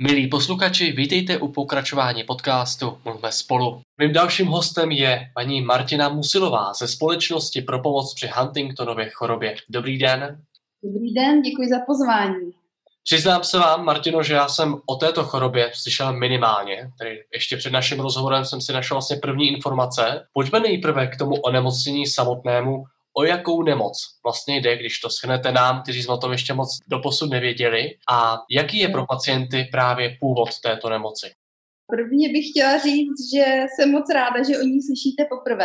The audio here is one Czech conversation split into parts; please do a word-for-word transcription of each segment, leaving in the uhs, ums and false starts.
Milí posluchači, vítejte u pokračování podcastu Mluvme spolu. Mým dalším hostem je paní Martina Musilová ze Společnosti pro pomoc při Huntingtonově chorobě. Dobrý den. Dobrý den, děkuji za pozvání. Přiznám se vám, Martino, že já jsem o této chorobě slyšel minimálně. Tedy ještě před naším rozhovorem jsem si našel vlastně první informace. Pojďme nejprve k tomu onemocnění samotnému. O jakou nemoc vlastně jde, když to shrnete nám, kteří jsme o tom ještě moc doposud nevěděli, a jaký je pro pacienty právě původ této nemoci? Prvně bych chtěla říct, že jsem moc ráda, že o ní slyšíte poprvé,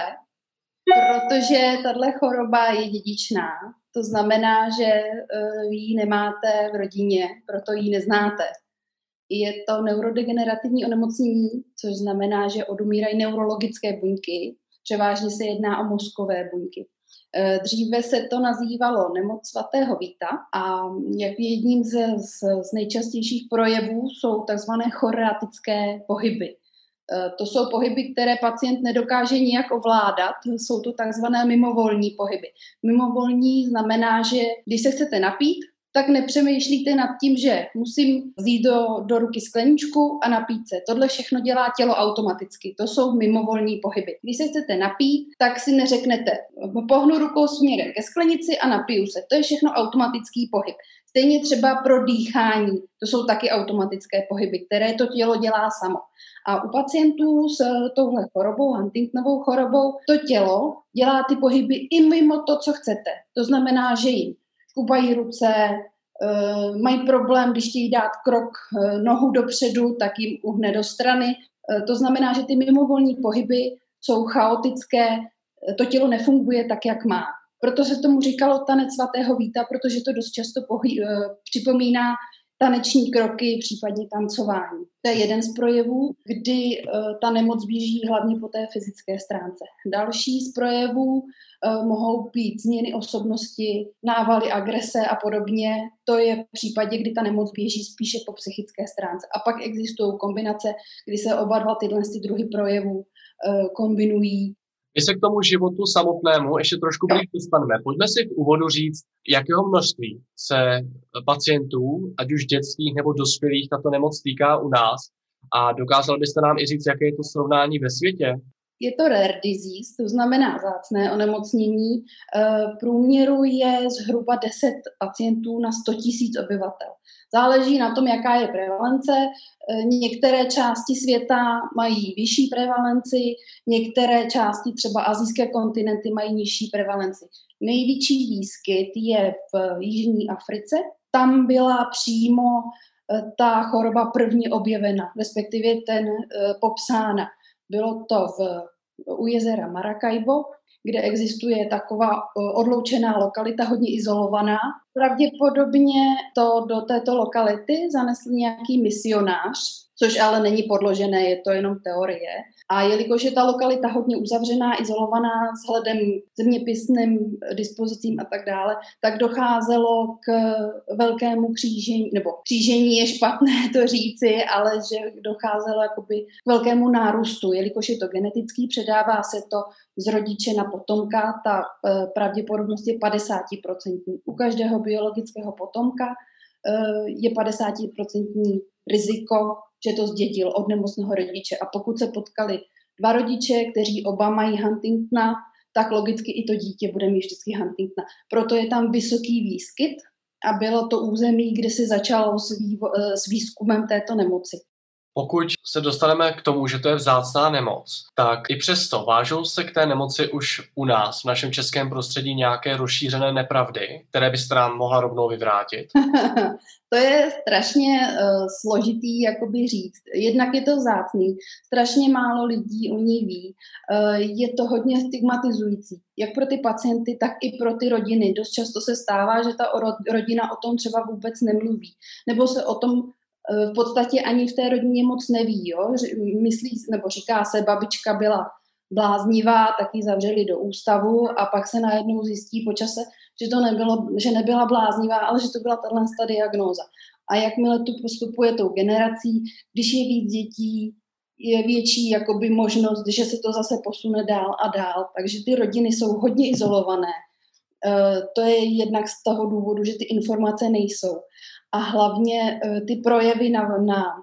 protože tahle choroba je dědičná. To znamená, že ji nemáte v rodině, proto ji neznáte. Je to neurodegenerativní onemocnění, což znamená, že odumírají neurologické buňky, převážně se jedná o mozkové buňky. Dříve se to nazývalo nemoc svatého Víta a jedním z, z, z nejčastějších projevů jsou tzv. Choreatické pohyby. To jsou pohyby, které pacient nedokáže nijak ovládat, jsou to tzv. Mimovolní pohyby. Mimovolní znamená, že když se chcete napít, tak nepřemýšlíte nad tím, že musím vzít do, do ruky skleničku a napít se. Tohle všechno dělá tělo automaticky. To jsou mimovolní pohyby. Když se chcete napít, tak si neřeknete, pohnu rukou směrem ke sklenici a napiju se. To je všechno automatický pohyb. Stejně třeba pro dýchání. To jsou taky automatické pohyby, které to tělo dělá samo. A u pacientů s touhle chorobou, Huntingtonovou chorobou, to tělo dělá ty pohyby i mimo to, co chcete. To znamená, že jim kupají ruce, e, mají problém, když chtějí dát krok e, nohu dopředu, tak jim uhne do strany. E, to znamená, že ty mimovolní pohyby jsou chaotické, e, to tělo nefunguje tak, jak má. Proto se tomu říkalo tanec svatého Víta, protože to dost často pohy, e, připomíná taneční kroky, případně tancování. To je jeden z projevů, kdy e, ta nemoc běží hlavně po té fyzické stránce. Další z projevů e, mohou být změny osobnosti, návaly agrese a podobně. To je v případě, kdy ta nemoc běží spíše po psychické stránce. A pak existují kombinace, kdy se oba dva tyhle druhy projevů e, kombinují. My se k tomu životu samotnému ještě trošku blíž dostaneme. Pojďme si v úvodu říct, jakého množství se pacientů, ať už dětských nebo dospělých, tato nemoc týká u nás. A dokázal byste nám i říct, jaké je to srovnání ve světě? Je to rare disease, to znamená vzácné onemocnění. V průměru je zhruba deset pacientů na sto tisíc obyvatel. Záleží na tom, jaká je prevalence. Některé části světa mají vyšší prevalenci, některé části, třeba asijské kontinenty, mají nižší prevalenci. Největší výskyt je v Jižní Africe. Tam byla přímo ta choroba první objevena, respektive ten popsána. Bylo to v, u jezera Maracaibo, kde existuje taková odloučená lokalita, hodně izolovaná. Pravděpodobně to do této lokality zanesl nějaký misionář, což ale není podložené, je to jenom teorie. A jelikož je ta lokalita hodně uzavřená, izolovaná vzhledem zeměpisným dispozicím a tak dále, tak docházelo k velkému křížení, nebo křížení je špatné to říci, ale že docházelo jakoby k velkému nárůstu. Jelikož je to genetický, předává se to z rodiče na potomka, ta pravděpodobnost je padesát procent. U každého biologického potomka je padesát procent riziko, že to zdědil od nemocného rodiče. A pokud se potkali dva rodiče, kteří oba mají Huntingtona, tak logicky i to dítě bude mít vždycky Huntingtona. Proto je tam vysoký výskyt a bylo to území, kde se začalo s, vývo- s výzkumem této nemoci. Pokud se dostaneme k tomu, že to je vzácná nemoc, tak i přesto vážou se k té nemoci už u nás, v našem českém prostředí, nějaké rozšířené nepravdy, které byste nám mohla rovnou vyvrátit? To je strašně uh, složitý jakoby říct. Jednak je to vzácný, strašně málo lidí o ní ví. Uh, je to hodně stigmatizující, jak pro ty pacienty, tak i pro ty rodiny. Dost často se stává, že ta rodina o tom třeba vůbec nemluví. Nebo se o tom v podstatě ani v té rodině moc neví. Jo? Myslí, nebo říká se, babička byla bláznivá, tak ji zavřeli do ústavu a pak se najednou zjistí po čase, že to nebylo, že nebyla bláznivá, ale že to byla tato diagnóza. A jakmile tu postupuje tou generací, když je víc dětí, je větší jakoby možnost, že se to zase posune dál a dál. Takže ty rodiny jsou hodně izolované. E, to je jednak z toho důvodu, že ty informace nejsou. A hlavně e, ty projevy na, na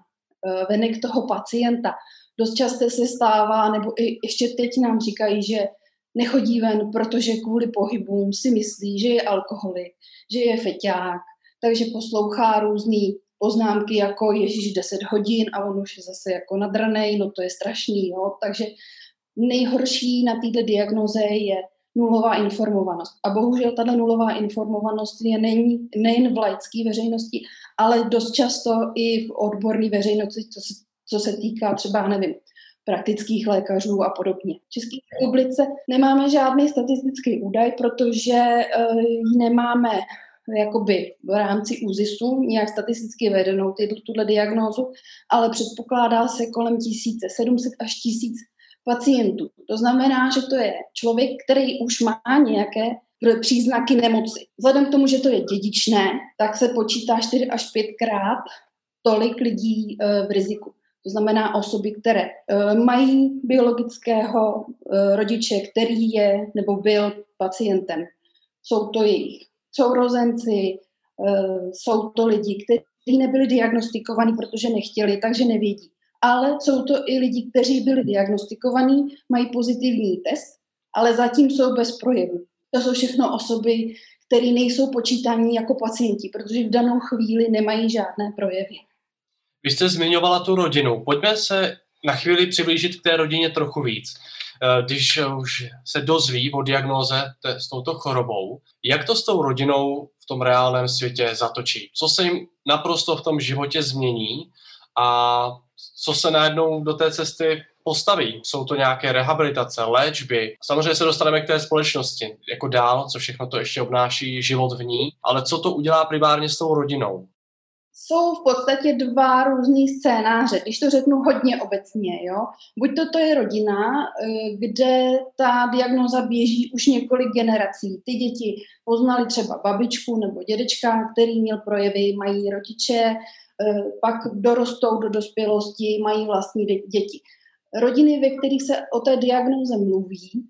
venek toho pacienta. Dost často se stává, nebo i ještě teď nám říkají, že nechodí ven, protože kvůli pohybům si myslí, že je alkoholik, že je feťák, takže poslouchá různý poznámky jako Ježíš deset hodin a on už je zase jako nadranej, no to je strašný, jo. Takže nejhorší na této diagnoze je nulová informovanost. A bohužel tato nulová informovanost je nejen, nejen v laické veřejnosti, ale dost často i v odborné veřejnosti, co se, co se týká třeba, nevím, praktických lékařů a podobně. V České republice nemáme žádný statistický údaj, protože uh, ji nemáme jakoby v rámci ÚZISu nějak statisticky vedenou tuhle diagnózu, ale předpokládá se kolem tisíce, sedm set až tisíc pacientů. To znamená, že to je člověk, který už má nějaké příznaky nemoci. Vzhledem k tomu, že to je dědičné, tak se počítá čtyři až pětkrát tolik lidí v riziku. To znamená osoby, které mají biologického rodiče, který je nebo byl pacientem. Jsou to jejich sourozenci, jsou to lidi, kteří nebyli diagnostikovaní, protože nechtěli, takže nevědí. Ale jsou to i lidi, kteří byli diagnostikovaní, mají pozitivní test, ale zatím jsou bez projevu. To jsou všechno osoby, které nejsou počítaní jako pacienti, protože v danou chvíli nemají žádné projevy. Vy jste zmiňovala tu rodinu. Pojďme se na chvíli přiblížit k té rodině trochu víc. Když už se dozví o diagnóze s touto chorobou, jak to s tou rodinou v tom reálném světě zatočí? Co se jim naprosto v tom životě změní a co se najednou do té cesty postaví? Jsou to nějaké rehabilitace, léčby? Samozřejmě se dostaneme k té společnosti jako dál, co všechno to ještě obnáší život v ní, ale co to udělá primárně s tou rodinou? Jsou v podstatě dva různý scénáře, když to řeknu hodně obecně. Jo? Buď to, to je rodina, kde ta diagnóza běží už několik generací. Ty děti poznali třeba babičku nebo dědečka, který měl projevy, mají rodiče, pak dorostou do dospělosti, mají vlastní děti. Rodiny, ve kterých se o té diagnóze mluví,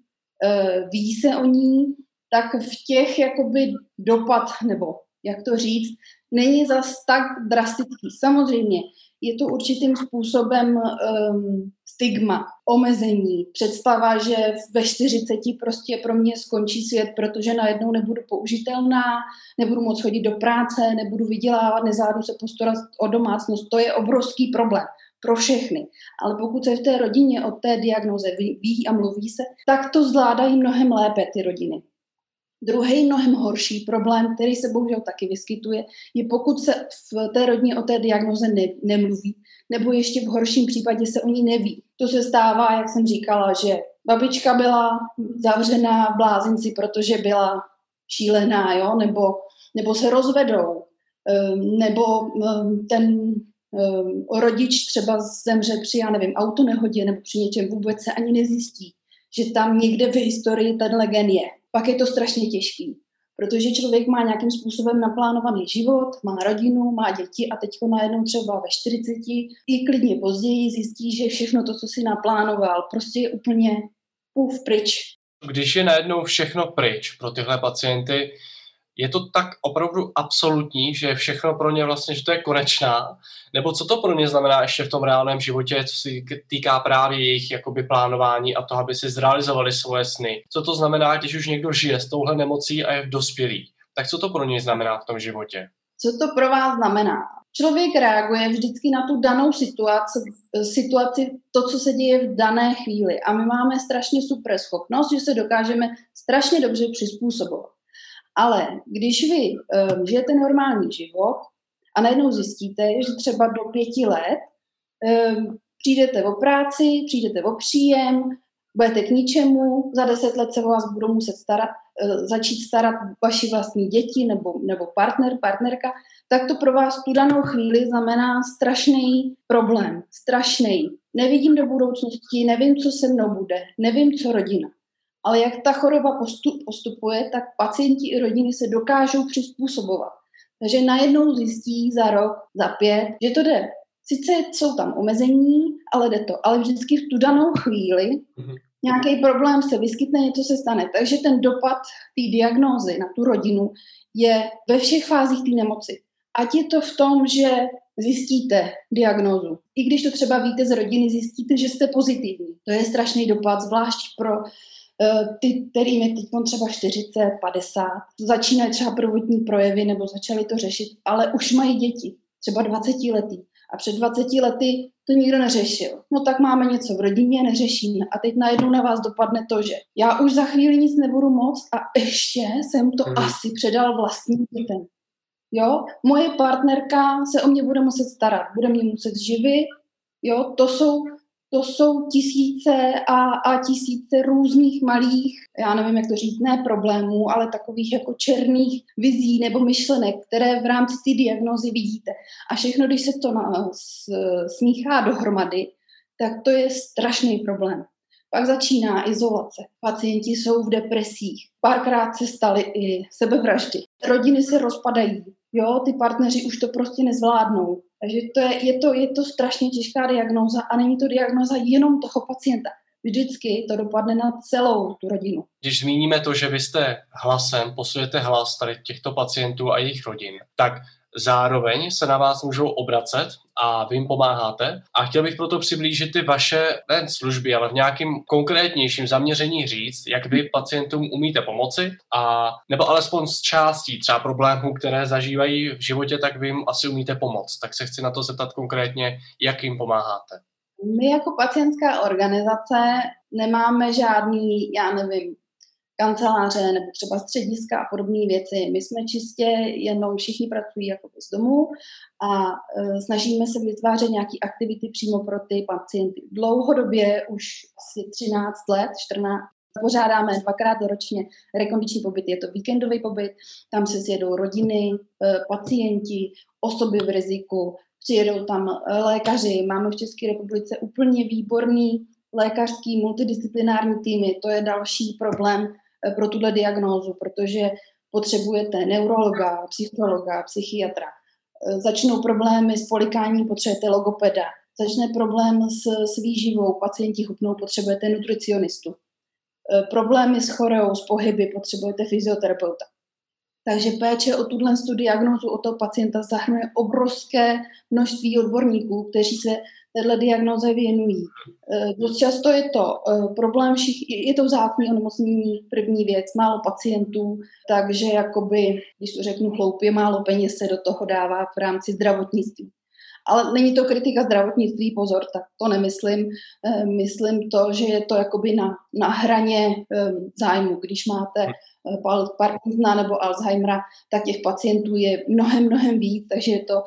ví se o ní, tak v těch jakoby dopad, nebo jak to říct, není zas tak drastický. Samozřejmě je to určitým způsobem um, stigma, omezení, představa, že ve čtyřiceti prostě pro mě skončí svět, protože najednou nebudu použitelná, nebudu moc chodit do práce, nebudu vydělávat, nezvládnu se postarat o domácnost. To je obrovský problém pro všechny. Ale pokud se v té rodině o té diagnoze ví a mluví se, tak to zvládají mnohem lépe ty rodiny. Druhý mnohem horší problém, který se bohužel taky vyskytuje, je pokud se v té rodině o té diagnoze ne, nemluví, nebo ještě v horším případě se o ní neví. To se stává, jak jsem říkala, že babička byla zavřená v blázinci, protože byla šílená, jo? Nebo, nebo se rozvedou, nebo ten rodič třeba zemře při, já nevím, autonehodě nebo při něčem, vůbec se ani nezjistí, že tam někde v historii tenhle gen je. Pak je to strašně těžký, protože člověk má nějakým způsobem naplánovaný život, má rodinu, má děti a teďko najednou třeba ve čtyřiceti i klidně později zjistí, že všechno to, co si naplánoval, prostě je úplně pův pryč. Když je najednou všechno pryč pro tyhle pacienty, je to tak opravdu absolutní, že je všechno pro ně vlastně, že to je konečná? Nebo co to pro ně znamená ještě v tom reálném životě, co se týká právě jejich jakoby plánování a toho, aby si zrealizovali svoje sny? Co to znamená, když už někdo žije s touhle nemocí a je v dospělý? Tak co to pro něj znamená v tom životě? Co to pro vás znamená? Člověk reaguje vždycky na tu danou situaci, situaci, to, co se děje v dané chvíli. A my máme strašně super schopnost, že se dokážeme strašně dobře přizpůsobovat. Ale když vy um, žijete normální život a najednou zjistíte, že třeba do pěti let um, přijdete o práci, přijdete o příjem, budete k ničemu, za deset let se o vás budou muset starat, uh, začít starat vaši vlastní děti nebo, nebo partner, partnerka, tak to pro vás tu danou chvíli znamená strašný problém, strašný. Nevidím do budoucnosti, nevím, co se mnou bude, nevím, co rodina. Ale jak ta choroba postup, postupuje, tak pacienti i rodiny se dokážou přizpůsobovat. Takže najednou zjistí za rok, za pět, že to jde. Sice jsou tam omezení, ale jde to. Ale vždycky v tu danou chvíli mm-hmm. nějaký problém se vyskytne, něco se stane. Takže ten dopad té diagnózy na tu rodinu je ve všech fázích té nemoci. Ať je to v tom, že zjistíte diagnózu. I když to třeba víte z rodiny, zjistíte, že jste pozitivní. To je strašný dopad, zvlášť pro uh, ty, kterým je teď třeba čtyřicet, padesát. Začínají třeba prvotní projevy nebo začali to řešit, ale už mají děti, třeba dvacetiletí. A před dvaceti lety to nikdo neřešil. No tak máme něco v rodině, neřešíme. A teď najednou na vás dopadne to, že já už za chvíli nic nebudu moc a ještě jsem to hmm. asi předal vlastním dětem. Jo, moje partnerka se o mě bude muset starat, bude mě muset živit, jo, to jsou, to jsou tisíce a, a tisíce různých malých, já nevím, jak to říct, ne problémů, ale takových jako černých vizí nebo myšlenek, které v rámci té diagnózy vidíte. A všechno, když se to na, s, smíchá dohromady, tak to je strašný problém. Pak začíná izolace. Pacienti jsou v depresích. Párkrát se staly i sebevraždy. Rodiny se rozpadají. Jo, ty partneři už to prostě nezvládnou. Takže to je, je, to, je to strašně těžká diagnóza a není to diagnóza jenom toho pacienta. Vždycky to dopadne na celou tu rodinu. Když zmíníme to, že vy jste hlasem, posilujete hlas tady těchto pacientů a jejich rodin, tak zároveň se na vás můžou obracet a vy jim pomáháte. A chtěl bych proto přiblížit ty vaše nejen služby, ale v nějakým konkrétnějším zaměření říct, jak vy pacientům umíte pomoci, a nebo alespoň z částí třeba problémů, které zažívají v životě, tak vy jim asi umíte pomoct. Tak se chci na to zeptat konkrétně, jak jim pomáháte. My jako pacientská organizace nemáme žádný, já nevím, kanceláře nebo třeba střediska a podobné věci. My jsme čistě jenom všichni pracují jako z domu a e, snažíme se vytvářet nějaké aktivity přímo pro ty pacienty. Dlouhodobě, už asi třináct let, čtrnáct, pořádáme dvakrát ročně rekondiční pobyt. Je to víkendový pobyt, tam se sjedou rodiny, e, pacienti, osoby v riziku, přijedou tam lékaři. Máme v České republice úplně výborný lékařský multidisciplinární týmy. To je další problém pro tuhle diagnózu, protože potřebujete neurologa, psychologa, psychiatra. Začnou problémy s polikáním, potřebujete logopeda. Začne problém s, s výživou, pacienti chupnou, potřebujete nutricionistu. Problémy s choreou, s pohyby, potřebujete fyzioterapeuta. Takže péče o tuhle diagnózu, o toho pacienta zahrnuje obrovské množství odborníků, kteří se téhle diagnóze věnují. Dost často je to problém, je to vzácné onemocnění, první věc, málo pacientů, takže jakoby, když to řeknu hloupě, málo peněz se do toho dává v rámci zdravotnictví. Ale není to kritika zdravotnictví, pozor, tak to nemyslím. Myslím to, že je to jakoby na, na hraně zájmu. Když máte Parkinsona nebo Alzheimera, tak těch pacientů je mnohem, mnohem víc, takže je to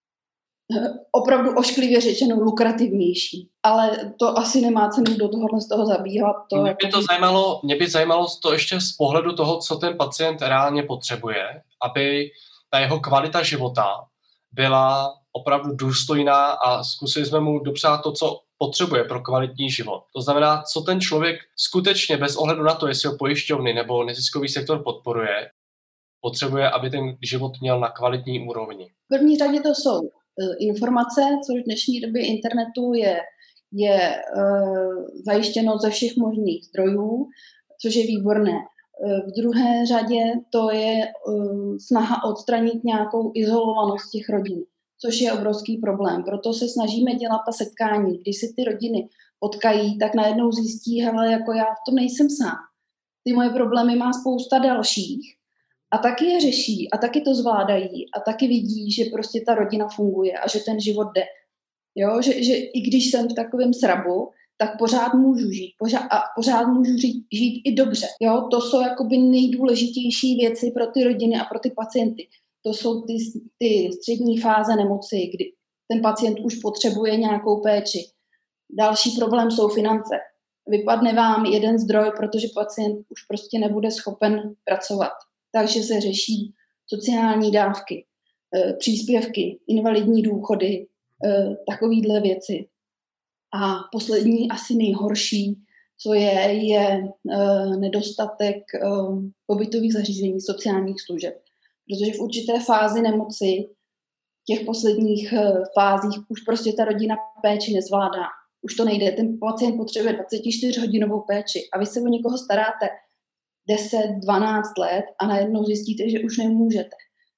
opravdu ošklivě řečeno lukrativnější. Ale to asi nemá cenu do tohohle z toho zabíhat. To mě, jako... by to zajímalo, mě by zajímalo to ještě z pohledu toho, co ten pacient reálně potřebuje, aby ta jeho kvalita života byla opravdu důstojná a zkusili jsme mu dopřát to, co potřebuje pro kvalitní život. To znamená, co ten člověk skutečně bez ohledu na to, jestli ho pojišťovny nebo neziskový sektor podporuje, potřebuje, aby ten život měl na kvalitní úrovni. V první řadě to jsou informace, což v dnešní době internetu je, je uh, zajištěno ze všech možných zdrojů, což je výborné. V druhé řadě to je uh, snaha odstranit nějakou izolovanost těch rodin, což je obrovský problém. Proto se snažíme dělat ta setkání. Když si ty rodiny potkají, tak najednou zjistí, hele, jako já v tom nejsem sám. Ty moje problémy má spousta dalších a taky je řeší a taky to zvládají a taky vidí, že prostě ta rodina funguje a že ten život jde. Jo? Že, že i když jsem v takovém srabu, tak pořád můžu žít. Pořád, a pořád můžu žít, žít i dobře. Jo? To jsou jakoby nejdůležitější věci pro ty rodiny a pro ty pacienty. To jsou ty, ty střední fáze nemoci, kdy ten pacient už potřebuje nějakou péči. Další problém jsou finance. Vypadne vám jeden zdroj, protože pacient už prostě nebude schopen pracovat. Takže se řeší sociální dávky, příspěvky, invalidní důchody, takovýhle věci. A poslední, asi nejhorší, co je, je nedostatek pobytových zařízení, sociálních služeb. Protože v určité fázi nemoci, v těch posledních fázích, už prostě ta rodina péči nezvládá. Už to nejde. Ten pacient potřebuje dvacetičtyřhodinovou péči a vy se o někoho staráte deset dvanáct let a najednou zjistíte, že už nemůžete.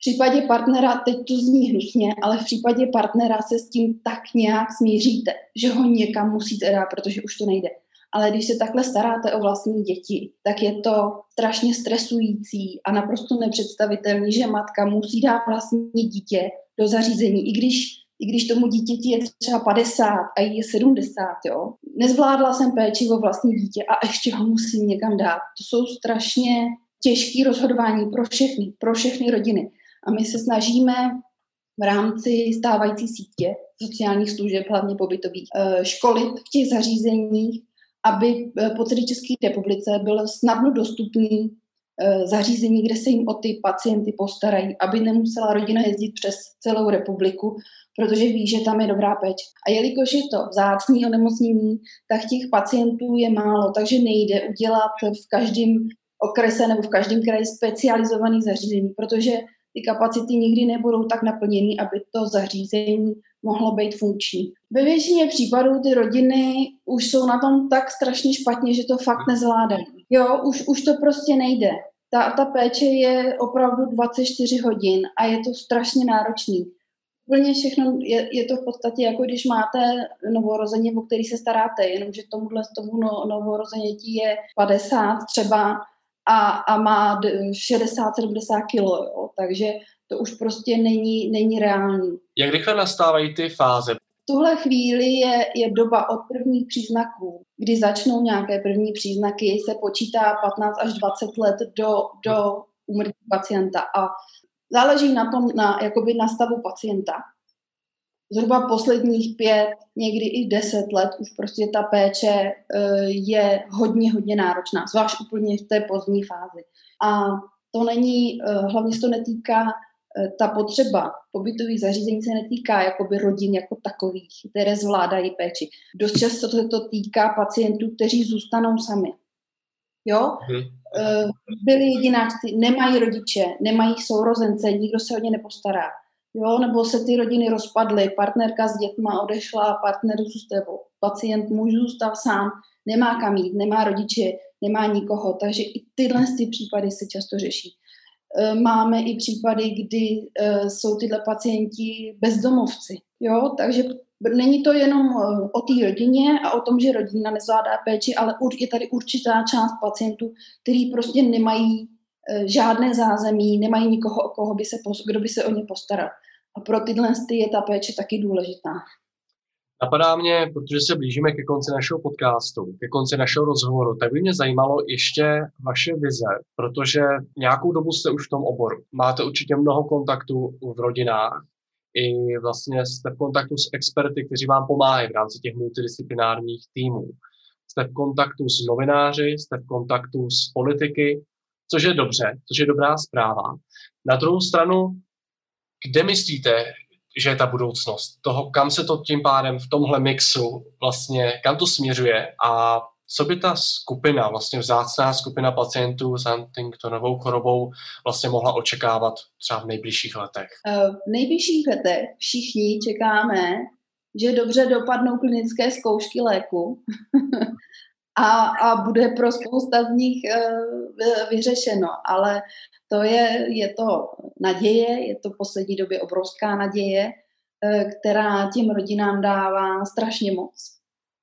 případě partnera, teď to zní hnusně, ale v případě partnera se s tím tak nějak smíříte, že ho někam musíte dát, protože už to nejde. Ale když se takhle staráte o vlastní děti, tak je to strašně stresující a naprosto nepředstavitelný, že matka musí dát vlastní dítě do zařízení, i když, i když tomu dítěti je třeba padesát a jí je sedmdesát. Jo? Nezvládla jsem péči o vlastní dítě a ještě ho musím někam dát. To jsou strašně těžké rozhodování pro všechny, pro všechny rodiny. A my se snažíme v rámci stávající sítě sociálních služeb, hlavně pobytových, školit v těch zařízeních, aby po celé České republice bylo snadno dostupný zařízení, kde se jim o ty pacienty postarají, aby nemusela rodina jezdit přes celou republiku, protože ví, že tam je dobrá péče. A jelikož je to vzácné onemocnění, tak těch pacientů je málo, takže nejde udělat v každém okrese nebo v každém kraji specializované zařízení, protože ty kapacity nikdy nebudou tak naplněny, aby to zařízení mohlo být funkční. Ve většině případů ty rodiny už jsou na tom tak strašně špatně, že to fakt nezvládají. Jo, už, už to prostě nejde. Ta, ta péče je opravdu dvacet čtyři hodin a je to strašně náročný. Úplně všechno je, je to v podstatě jako když máte novorozeně, o který se staráte, jenomže tomuhle tomu no, novorozenětí je padesát třeba a, a má šedesát sedmdesát kilo, jo. Takže to už prostě není, není reálný. Jak rychle nastávají ty fáze? V tuhle chvíli je, je doba od prvních příznaků, kdy začnou nějaké první příznaky, se počítá patnáct až dvacet let do, do úmrtí pacienta a záleží na tom, na, jakoby na stavu pacienta. Zhruba posledních pět, někdy i deset let už prostě ta péče je hodně, hodně náročná, zvlášť úplně v té pozdní fázi. A to není, hlavně se to netýká, ta potřeba pobytových zařízení se netýká jakoby rodin jako takových, které zvládají péči. Dost často se to týká pacientů, kteří zůstanou sami. Jo? Hmm. Byli jedináčci, nemají rodiče, nemají sourozence, nikdo se o ně nepostará. Jo? Nebo se ty rodiny rozpadly, partnerka s dětma odešla, partner zůstal, pacient muž zůstal sám, nemá kam jít, nemá rodiče, nemá nikoho, takže i tyhle ty případy se často řeší. Máme i případy, kdy jsou tyhle pacienti bezdomovci. Jo? Takže není to jenom o té rodině a o tom, že rodina nezvládá péči, ale je tady určitá část pacientů, kteří prostě nemají žádné zázemí, nemají nikoho, o koho by se, kdo by se o ně postaral. A pro tyhle je ta péče taky důležitá. Napadá mě, protože se blížíme ke konci našeho podcastu, ke konci našeho rozhovoru, tak by mě zajímalo ještě vaše vize, protože nějakou dobu jste už v tom oboru. Máte určitě mnoho kontaktů v rodinách i vlastně jste v kontaktu s experty, kteří vám pomáhají v rámci těch multidisciplinárních týmů. Jste v kontaktu s novináři, jste v kontaktu s politiky, což je dobře, což je dobrá zpráva. Na druhou stranu, kde myslíte, že je ta budoucnost toho, kam se to tím pádem v tomhle mixu vlastně, kam to směřuje a co by ta skupina, vlastně vzácná skupina pacientů s Huntingtonovou chorobou vlastně mohla očekávat třeba v nejbližších letech? V nejbližších letech všichni čekáme, že dobře dopadnou klinické zkoušky léku a, a bude pro spousta z nich vyřešeno, ale to je, je to naděje, je to v poslední době obrovská naděje, která těm rodinám dává strašně moc.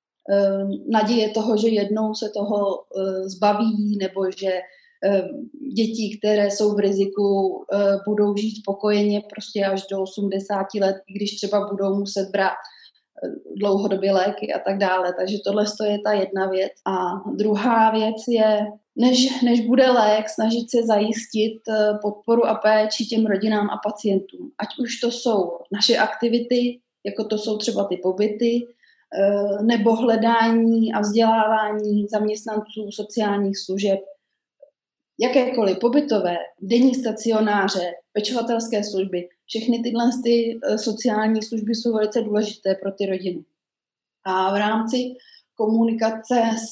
Naděje toho, že jednou se toho zbaví, nebo že děti, které jsou v riziku, budou žít spokojeně prostě až do osmdesáti let, i když třeba budou muset brát dlouhodobě léky a tak dále. Takže tohle je ta jedna věc. A druhá věc je, než, než bude lék, snažit se zajistit podporu a péči těm rodinám a pacientům. Ať už to jsou naše aktivity, jako to jsou třeba ty pobyty, nebo hledání a vzdělávání zaměstnanců sociálních služeb, jakékoliv pobytové, denní stacionáře, pečovatelské služby, všechny tyhle ty sociální služby jsou velice důležité pro ty rodiny. A v rámci komunikace s,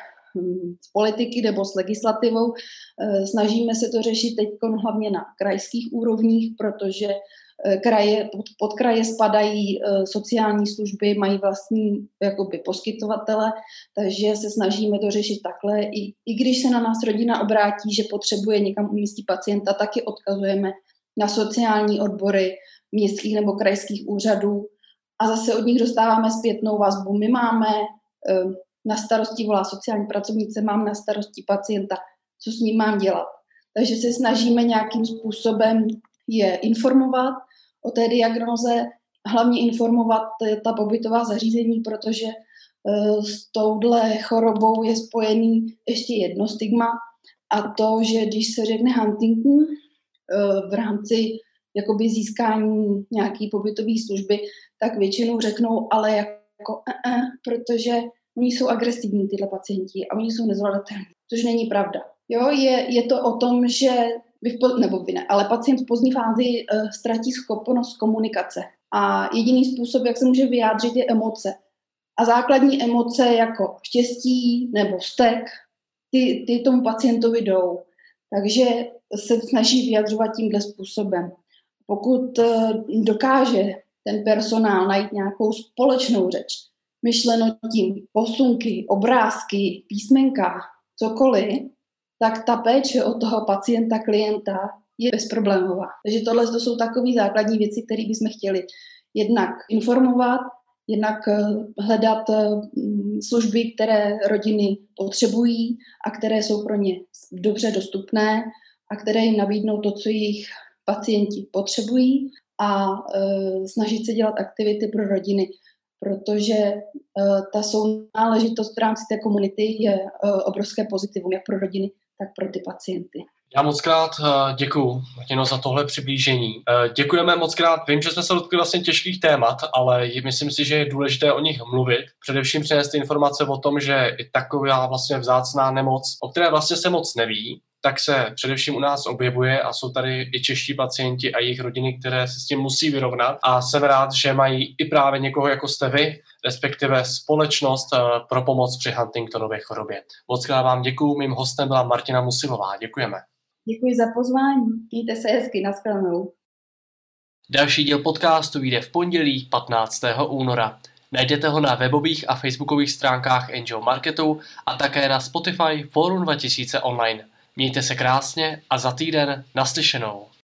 s politiky nebo s legislativou snažíme se to řešit teď hlavně na krajských úrovních, protože kraje, pod, pod kraje spadají sociální služby, mají vlastní jakoby poskytovatele, takže se snažíme to řešit takhle. I, I když se na nás rodina obrátí, že potřebuje někam umístit pacienta, tak je odkazujeme na sociální odbory městských nebo krajských úřadů a zase od nich dostáváme zpětnou vazbu. My máme na starosti, volá sociální pracovnice, mám na starosti pacienta, co s ním mám dělat. Takže se snažíme nějakým způsobem je informovat o té diagnoze, hlavně informovat ta pobytová zařízení, protože s touhle chorobou je spojený ještě jedno stigma a to, že když se řekne Huntington v rámci jakoby získání nějaký pobytové služby, tak většinou řeknou, ale jako uh, uh, protože oni jsou agresivní, tyhle pacienti, a oni jsou nezvladatelní, což není pravda. Jo, je, je to o tom, že vy v, nebo vy ne, ale pacient v pozdní fázi uh, ztratí schopnost komunikace a jediný způsob, jak se může vyjádřit, je emoce. A základní emoce jako štěstí nebo vztek, ty, ty tomu pacientovi jdou. Takže se snaží vyjadřovat tímhle způsobem. Pokud dokáže ten personál najít nějakou společnou řeč, myšleno tím posunky, obrázky, písmenka, cokoliv, tak ta péče od toho pacienta, klienta je bezproblémová. Takže tohle to jsou takové základní věci, které bychom chtěli jednak informovat, jednak hledat služby, které rodiny potřebují a které jsou pro ně dobře dostupné a které jim nabídnou to, co jejich pacienti potřebují a e, snažit se dělat aktivity pro rodiny, protože e, ta sounáležitost v rámci té komunity je e, obrovské pozitivum, jak pro rodiny, tak pro ty pacienty. Já moc krát děkuju, Martino, za tohle přiblížení. Děkujeme moc krát. Vím, že jsme se dotkli vlastně těžkých témat, ale myslím si, že je důležité o nich mluvit. Především přinést informace o tom, že i taková vlastně vzácná nemoc, o které vlastně se moc neví, tak se především u nás objevuje a jsou tady i čeští pacienti a jejich rodiny, které se s tím musí vyrovnat. A jsem rád, že mají i právě někoho, jako jste vy, respektive společnost pro pomoc při Huntingtonově chorobě. Moc krát vám děkuju. Mým hostem byla Martina Musilová. Děkujeme. Děkuji za pozvání. Mějte se hezky, nashledanou. Další díl podcastu vyjde v pondělí patnáctého února. Najdete ho na webových a facebookových stránkách Angel Marketu a také na Spotify Forum dva tisíce online. Mějte se krásně a za týden naslyšenou.